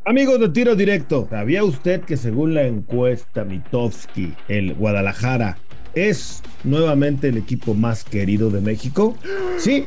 Amigos de Tiro Directo, ¿sabía usted que según la encuesta Mitofsky, el Guadalajara es nuevamente el equipo más querido de México? Sí,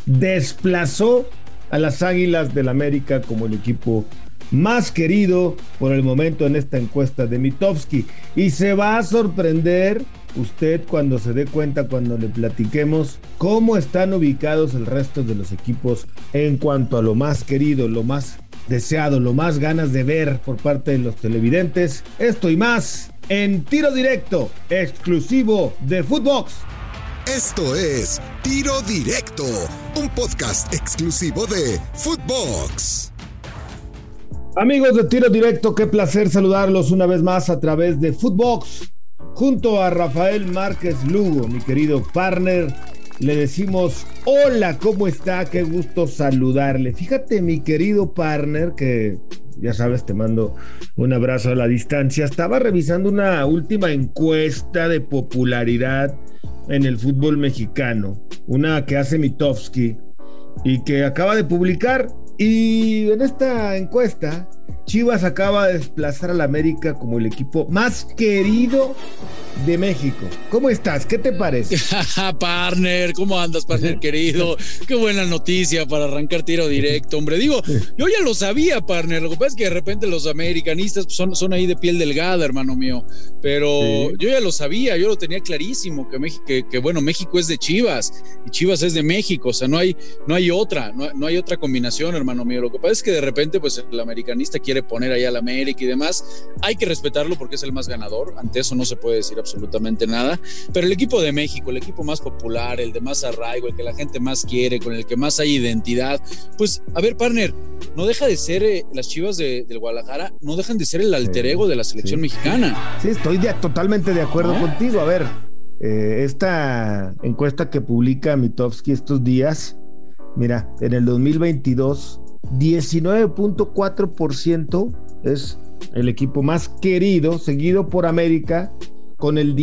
desplazó a las Águilas del América como el equipo más querido por el momento en esta encuesta de Mitofsky. Y se va a sorprender usted cuando se dé cuenta, cuando le platiquemos cómo están ubicados el resto de los equipos en cuanto a lo más querido, lo más deseado, lo más ganas de ver por parte de los televidentes. Esto y más en Tiro Directo, exclusivo de Footbox. Esto es Tiro Directo, un podcast exclusivo de Footbox. Amigos de Tiro Directo, qué placer saludarlos una vez más a través de Footbox. Junto a Rafael Márquez Lugo, mi querido partner, le decimos hola, ¿cómo está? Qué gusto saludarle. Fíjate, mi querido partner, que ya sabes, te mando un abrazo a la distancia. Estaba revisando una última encuesta de popularidad en el fútbol mexicano, una que hace Mitofsky y que acaba de publicar. Y en esta encuesta, Chivas acaba de desplazar al América como el equipo más querido de México. ¿Cómo estás? ¿Qué te parece? Partner, ¿cómo andas, partner querido? Qué buena noticia para arrancar Tiro Directo, hombre. Digo, yo ya lo sabía, partner. Lo que pasa es que de repente los americanistas son ahí de piel delgada, hermano mío. Pero sí, yo ya lo sabía, yo lo tenía clarísimo, que bueno, México es de Chivas y Chivas es de México. O sea, no hay otra combinación, hermano mío. Lo que pasa es que de repente, pues el americanista quiere poner ahí al América y demás. Hay que respetarlo porque es el más ganador. Ante eso no se puede decir absolutamente nada, pero el equipo de México, el equipo más popular, el de más arraigo, el que la gente más quiere, con el que más hay identidad, pues a ver, partner, no deja de ser las Chivas del Guadalajara, no dejan de ser el alter ego de la selección mexicana. Sí, estoy totalmente de acuerdo contigo. A ver, esta encuesta que publica Mitofsky estos días, mira, en el 2022 19.4% es el equipo más querido, seguido por América con el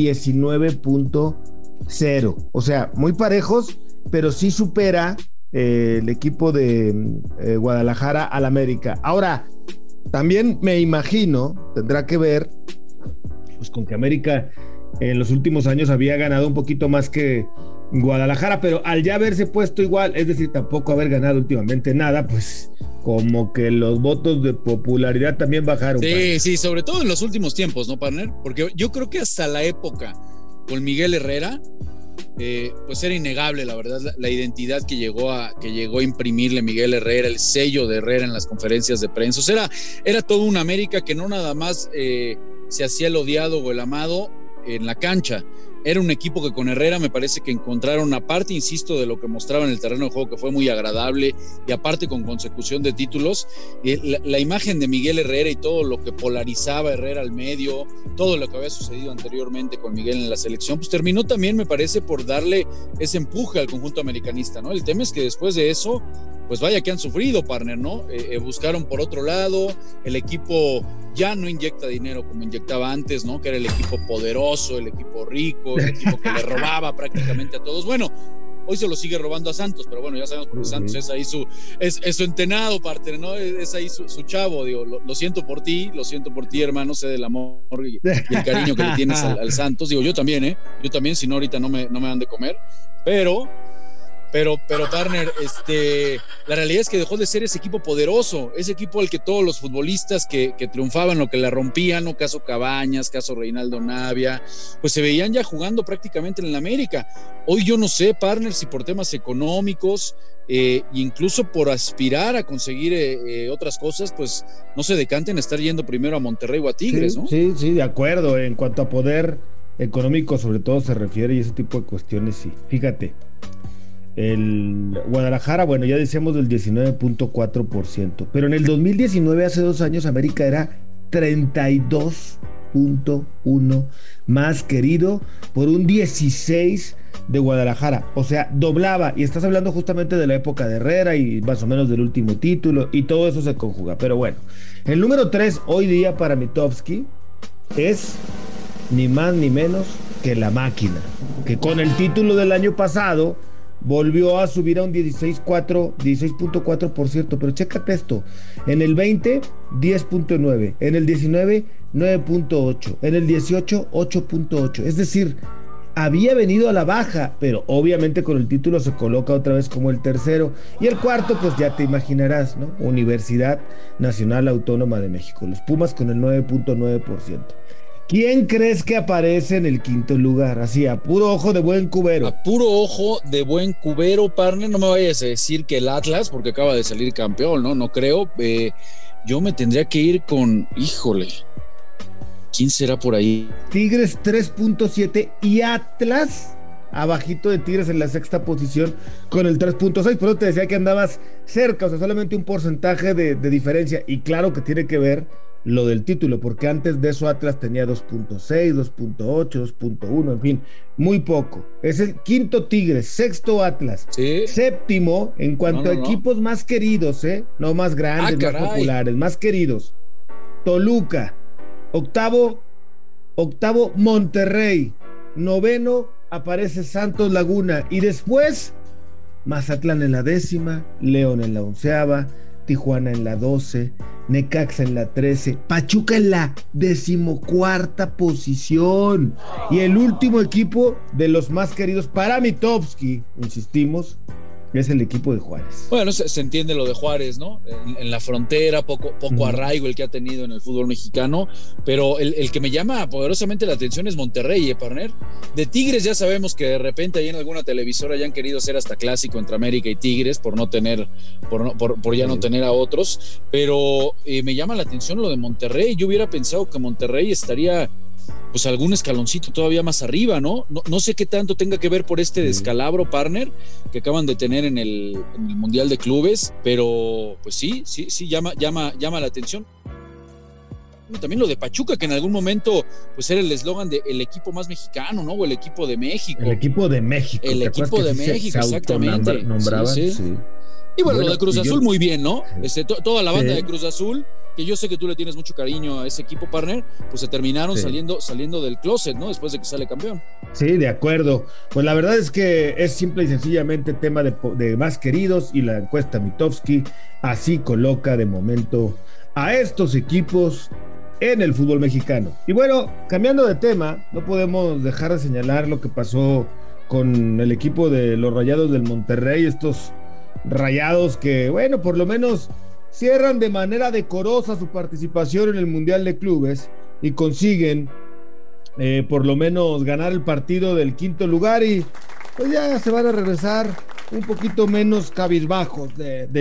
19.0%. O sea, muy parejos, pero sí supera el equipo de Guadalajara al América. Ahora, también me imagino, tendrá que ver pues con que América en los últimos años había ganado un poquito más que Guadalajara, pero al ya haberse puesto igual, es decir, tampoco haber ganado últimamente nada, pues como que los votos de popularidad también bajaron. Sí, partner. Sí, sobre todo en los últimos tiempos, ¿no, partner? Porque yo creo que hasta la época con Miguel Herrera, pues era innegable, la verdad, la identidad que llegó a imprimirle Miguel Herrera, el sello de Herrera en las conferencias de prensa. O sea, era todo un América que no nada más se hacía el odiado o el amado en la cancha. Era un equipo que con Herrera me parece que encontraron, aparte, insisto, de lo que mostraba en el terreno de juego, que fue muy agradable, y aparte con consecución de títulos, la imagen de Miguel Herrera y todo lo que polarizaba Herrera al medio, todo lo que había sucedido anteriormente con Miguel en la selección, pues terminó también, me parece, por darle ese empuje al conjunto americanista, ¿no? El tema es que después de eso, pues vaya que han sufrido, partner, ¿no? Buscaron por otro lado, el equipo ya no inyecta dinero como inyectaba antes, ¿no? Que era el equipo poderoso, el equipo rico, el equipo que le robaba prácticamente a todos. Bueno, hoy se lo sigue robando a Santos, pero bueno, ya sabemos porque Santos es ahí su entenado, partner, ¿no? Es ahí su chavo, digo, lo siento por ti, hermano, sé del amor y el cariño que le tienes al Santos. Digo, yo también, yo también, si no ahorita no me dan de comer, pero partner, la realidad es que dejó de ser ese equipo poderoso, ese equipo al que todos los futbolistas que triunfaban o que la rompían, ¿no? Caso Cabañas, caso Reinaldo Navia, pues se veían ya jugando prácticamente en el América. Hoy yo no sé, partner, si por temas económicos, incluso por aspirar a conseguir otras cosas, pues no se decanten a estar yendo primero a Monterrey o a Tigres, sí, ¿no? Sí, de acuerdo. En cuanto a poder económico, sobre todo se refiere, y ese tipo de cuestiones, sí. Fíjate. El Guadalajara, bueno, ya decíamos del 19.4%, pero en el 2019, hace 2 años, América era 32.1% más querido por un 16% de Guadalajara, o sea, doblaba, y estás hablando justamente de la época de Herrera y más o menos del último título, y todo eso se conjuga, pero bueno, el número 3 hoy día para Mitofsky es ni más ni menos que la máquina, que con el título del año pasado volvió a subir a un 16.4%, pero chécate esto, en el 20, 10.9, en el 19, 9.8, en el 18, 8.8, es decir, había venido a la baja, pero obviamente con el título se coloca otra vez como el tercero, y el cuarto, pues ya te imaginarás, ¿no? Universidad Nacional Autónoma de México, los Pumas con el 9.9%. ¿Quién crees que aparece en el quinto lugar? Así, a puro ojo de buen cubero. A puro ojo de buen cubero, partner. No me vayas a decir que el Atlas, porque acaba de salir campeón, ¿no? No creo. Yo me tendría que ir con, híjole, ¿quién será por ahí? Tigres 3.7 y Atlas abajito de Tigres en la sexta posición con el 3.6. Por eso te decía que andabas cerca, o sea, solamente un porcentaje de diferencia. Y claro que tiene que ver lo del título, porque antes de eso Atlas tenía 2.6, 2.8, 2.1, en fin, muy poco. Es el quinto Tigres, sexto Atlas, ¿sí? Séptimo en cuanto a equipos más queridos, no más grandes, más populares, más queridos. Toluca, octavo Monterrey, noveno aparece Santos Laguna, y después Mazatlán en la 10ª, León en la 11ª, Tijuana en la 12, Necaxa en la 13, Pachuca en la 14ª posición, y el último equipo de los más queridos para Mitofsky, insistimos, es el equipo de Juárez. Bueno, se entiende lo de Juárez, ¿no? En la frontera, poco arraigo el que ha tenido en el fútbol mexicano, pero el que me llama poderosamente la atención es Monterrey, partner. De Tigres ya sabemos que de repente ahí en alguna televisora ya han querido hacer hasta clásico entre América y Tigres por no tener a otros, pero me llama la atención lo de Monterrey. Yo hubiera pensado que Monterrey estaría pues algún escaloncito todavía más arriba, ¿no? No sé qué tanto tenga que ver por este descalabro, partner, que acaban de tener en el Mundial de Clubes, pero pues sí, llama la atención. También lo de Pachuca, que en algún momento pues era el eslogan de el equipo más mexicano, ¿no? O el equipo de México. El equipo de México. El equipo de México, exactamente. Sí. Y bueno, lo de Cruz Azul muy bien, ¿no? Toda la banda de Cruz Azul, que yo sé que tú le tienes mucho cariño a ese equipo, partner, pues se terminaron saliendo del closet, ¿no? Después de que sale campeón. Sí, de acuerdo. Pues la verdad es que es simple y sencillamente tema de más queridos, y la encuesta Mitofsky así coloca de momento a estos equipos en el fútbol mexicano. Y bueno, cambiando de tema, no podemos dejar de señalar lo que pasó con el equipo de los Rayados del Monterrey, estos Rayados que, bueno, por lo menos cierran de manera decorosa su participación en el Mundial de Clubes y consiguen por lo menos ganar el partido del quinto lugar, y pues ya se van a regresar un poquito menos cabizbajos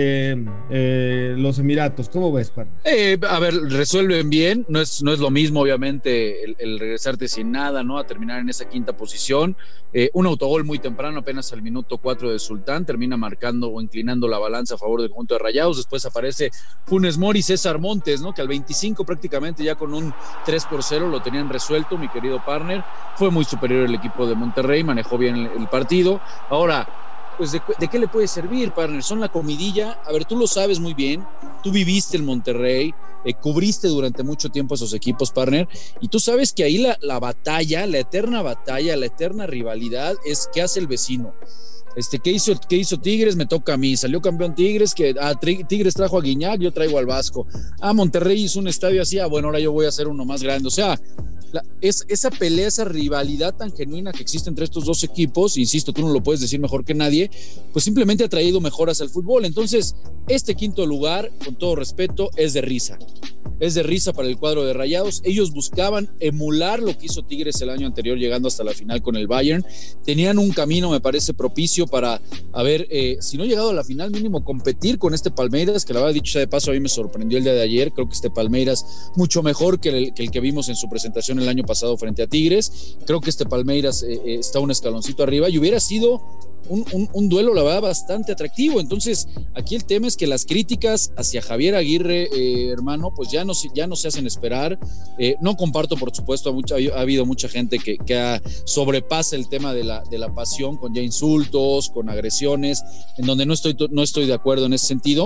de los Emiratos. ¿Cómo ves, partner? A ver, resuelven bien, no es lo mismo obviamente el regresarte sin nada, ¿no? A terminar en esa quinta posición. Un autogol muy temprano, apenas al minuto 4 de Sultán, termina marcando o inclinando la balanza a favor del conjunto de Rayados. Después aparece Funes Mori y César Montes, ¿no? Que al 25 prácticamente ya con un 3-0 lo tenían resuelto, mi querido partner. Fue muy superior el equipo de Monterrey, manejó bien el partido. Ahora, pues ¿de qué le puede servir, partner? Son la comidilla. A ver, tú lo sabes muy bien, tú viviste en Monterrey, cubriste durante mucho tiempo a esos equipos, partner, y tú sabes que ahí la batalla, la eterna rivalidad es qué hace el vecino. ¿Qué hizo Tigres? Me toca a mí. Salió campeón Tigres, Tigres trajo a Guiñac, yo traigo al Vasco. Monterrey hizo un estadio así, bueno, ahora yo voy a hacer uno más grande. O sea, esa pelea, esa rivalidad tan genuina que existe entre estos dos equipos, insisto, tú no lo puedes decir mejor que nadie, pues simplemente ha traído mejoras al fútbol. Entonces, este quinto lugar, con todo respeto, es de risa. Es de risa para el cuadro de Rayados. Ellos buscaban emular lo que hizo Tigres el año anterior, llegando hasta la final con el Bayern. Tenían un camino, me parece, propicio para, si no llegado a la final, mínimo competir con este Palmeiras, que la verdad, dicho sea de paso, a mí me sorprendió el día de ayer. Creo que este Palmeiras mucho mejor que el que vimos en su presentación el año pasado frente a Tigres. Creo que este Palmeiras está un escaloncito arriba y hubiera sido un duelo, la verdad, bastante atractivo. Entonces, aquí el tema es que las críticas hacia Javier Aguirre, hermano, pues ya no se hacen esperar. No comparto, por supuesto, ha habido mucha gente que sobrepasa el tema de la pasión, con ya insultos, con agresiones, en donde no estoy de acuerdo en ese sentido,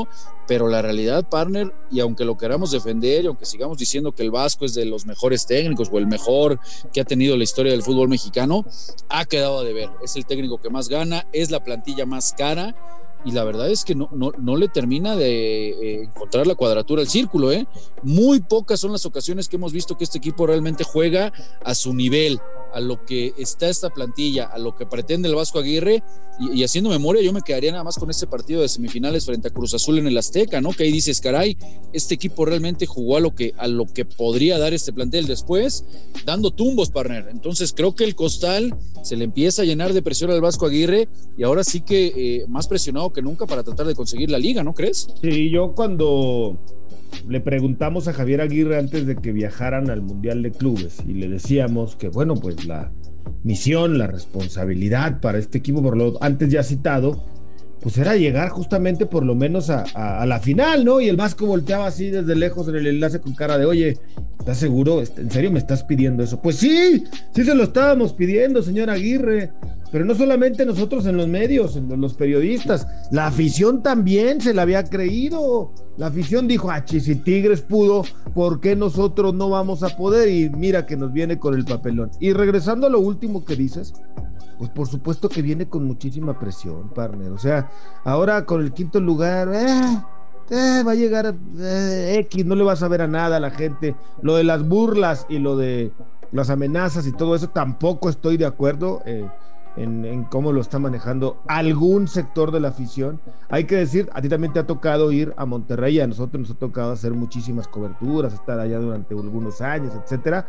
pero la realidad, partner, y aunque lo queramos defender, y aunque sigamos diciendo que el Vasco es de los mejores técnicos o el mejor que ha tenido la historia del fútbol mexicano, ha quedado a deber. Es el técnico que más gana, es la plantilla más cara, y la verdad es que no le termina de encontrar la cuadratura al círculo. Muy pocas son las ocasiones que hemos visto que este equipo realmente juega a su nivel, a lo que está esta plantilla, a lo que pretende el Vasco Aguirre, y haciendo memoria, yo me quedaría nada más con este partido de semifinales frente a Cruz Azul en el Azteca, ¿no? Que ahí dices, caray, este equipo realmente jugó a lo que podría dar este plantel después, dando tumbos, partner. Entonces creo que el costal se le empieza a llenar de presión al Vasco Aguirre, y ahora sí que más presionado que nunca para tratar de conseguir la liga, ¿no crees? Sí, yo cuando le preguntamos a Javier Aguirre antes de que viajaran al Mundial de Clubes y le decíamos que, bueno, pues la misión, la responsabilidad para este equipo, por lo antes ya citado, pues era llegar justamente por lo menos a la final, ¿no? Y el Vasco volteaba así desde lejos en el enlace con cara de, oye, ¿estás seguro? ¿En serio me estás pidiendo eso? Pues sí se lo estábamos pidiendo, señor Aguirre, pero no solamente nosotros en los medios, en los periodistas, la afición también se la había creído. La afición dijo, si Tigres pudo, ¿por qué nosotros no vamos a poder? Y mira que nos viene con el papelón. Y regresando a lo último que dices, pues por supuesto que viene con muchísima presión, partner. O sea, ahora con el quinto lugar, va a llegar X, no le vas a ver a nada a la gente. Lo de las burlas y lo de las amenazas y todo eso, tampoco estoy de acuerdo en cómo lo está manejando algún sector de la afición. Hay que decir, a ti también te ha tocado ir a Monterrey, a nosotros nos ha tocado hacer muchísimas coberturas, estar allá durante algunos años, etcétera.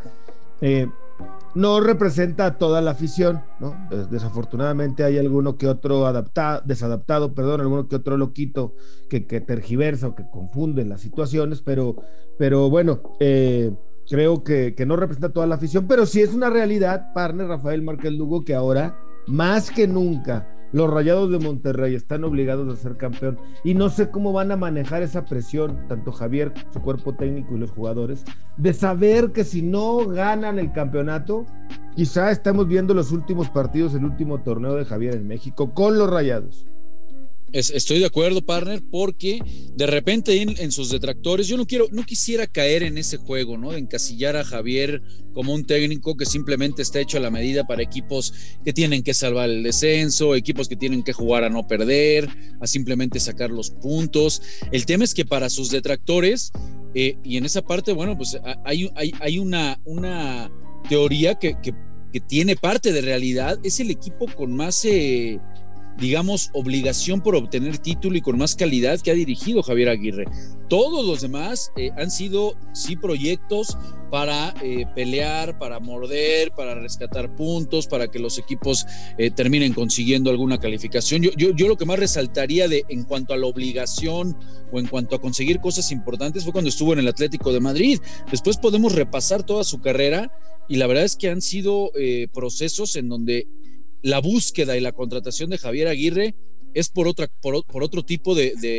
No representa a toda la afición, ¿no? Desafortunadamente hay alguno que otro desadaptado, alguno que otro loquito que tergiversa o que confunde las situaciones, pero bueno, creo que no representa a toda la afición, pero sí es una realidad, partner Rafael Márquez Lugo, que ahora, más que nunca, los Rayados de Monterrey están obligados a ser campeón, y no sé cómo van a manejar esa presión, tanto Javier, su cuerpo técnico y los jugadores, de saber que si no ganan el campeonato, quizá estamos viendo los últimos partidos, el último torneo de Javier en México con los Rayados. Estoy de acuerdo, partner, porque de repente en sus detractores, yo no quisiera caer en ese juego, ¿no? De encasillar a Javier como un técnico que simplemente está hecho a la medida para equipos que tienen que salvar el descenso, equipos que tienen que jugar a no perder, a simplemente sacar los puntos. El tema es que para sus detractores, y en esa parte, bueno, pues hay una teoría que tiene parte de realidad, es el equipo con más digamos, obligación por obtener título y con más calidad que ha dirigido Javier Aguirre. Todos los demás han sido, sí, proyectos para pelear, para morder, para rescatar puntos, para que los equipos terminen consiguiendo alguna calificación. Yo lo que más resaltaría en cuanto a la obligación o en cuanto a conseguir cosas importantes fue cuando estuvo en el Atlético de Madrid. Después podemos repasar toda su carrera y la verdad es que han sido procesos en donde la búsqueda y la contratación de Javier Aguirre es por otro tipo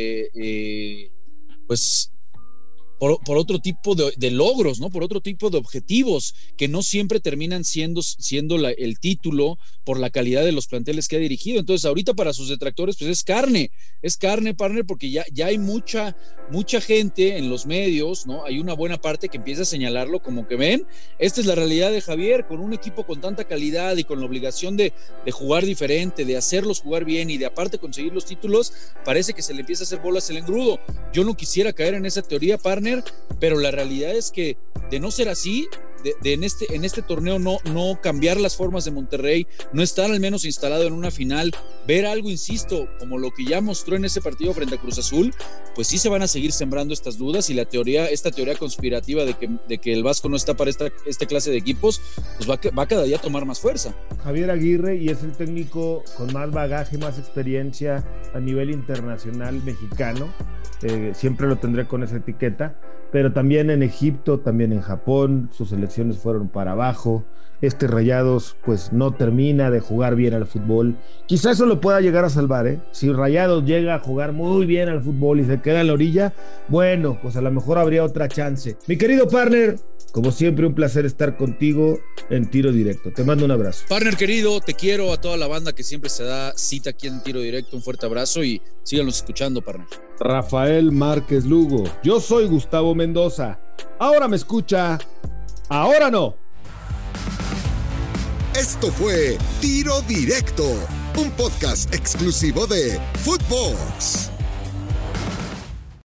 por otro tipo de logros, ¿no? Por otro tipo de objetivos que no siempre terminan siendo el título por la calidad de los planteles que ha dirigido. Entonces ahorita para sus detractores pues es carne, partner, porque ya hay mucha gente en los medios, ¿no? Hay una buena parte que empieza a señalarlo como que ven, esta es la realidad de Javier, con un equipo con tanta calidad y con la obligación de jugar diferente, de hacerlos jugar bien y de aparte conseguir los títulos, parece que se le empieza a hacer bolas el engrudo. Yo no quisiera caer en esa teoría, partner, pero la realidad es que de no ser así, en este torneo no cambiar las formas de Monterrey, no estar al menos instalado en una final, ver algo, insisto, como lo que ya mostró en ese partido frente a Cruz Azul, pues sí se van a seguir sembrando estas dudas y esta teoría conspirativa de que el Vasco no está para esta clase de equipos, pues va cada día a tomar más fuerza. Javier Aguirre, y es el técnico con más bagaje, más experiencia a nivel internacional mexicano, siempre lo tendré con esa etiqueta, pero también en Egipto, también en Japón, su selección inversiones fueron para abajo. Rayados pues no termina de jugar bien al fútbol. Quizá eso lo pueda llegar a salvar, Si Rayados llega a jugar muy bien al fútbol y se queda en la orilla, bueno, pues a lo mejor habría otra chance. Mi querido partner, como siempre, un placer estar contigo en Tiro Directo. Te mando un abrazo. Partner querido, te quiero, a toda la banda que siempre se da cita aquí en Tiro Directo. Un fuerte abrazo y síganos escuchando, partner. Rafael Márquez Lugo. Yo soy Gustavo Mendoza. Ahora me escucha, ahora no. Esto fue Tiro Directo, un podcast exclusivo de Footbox.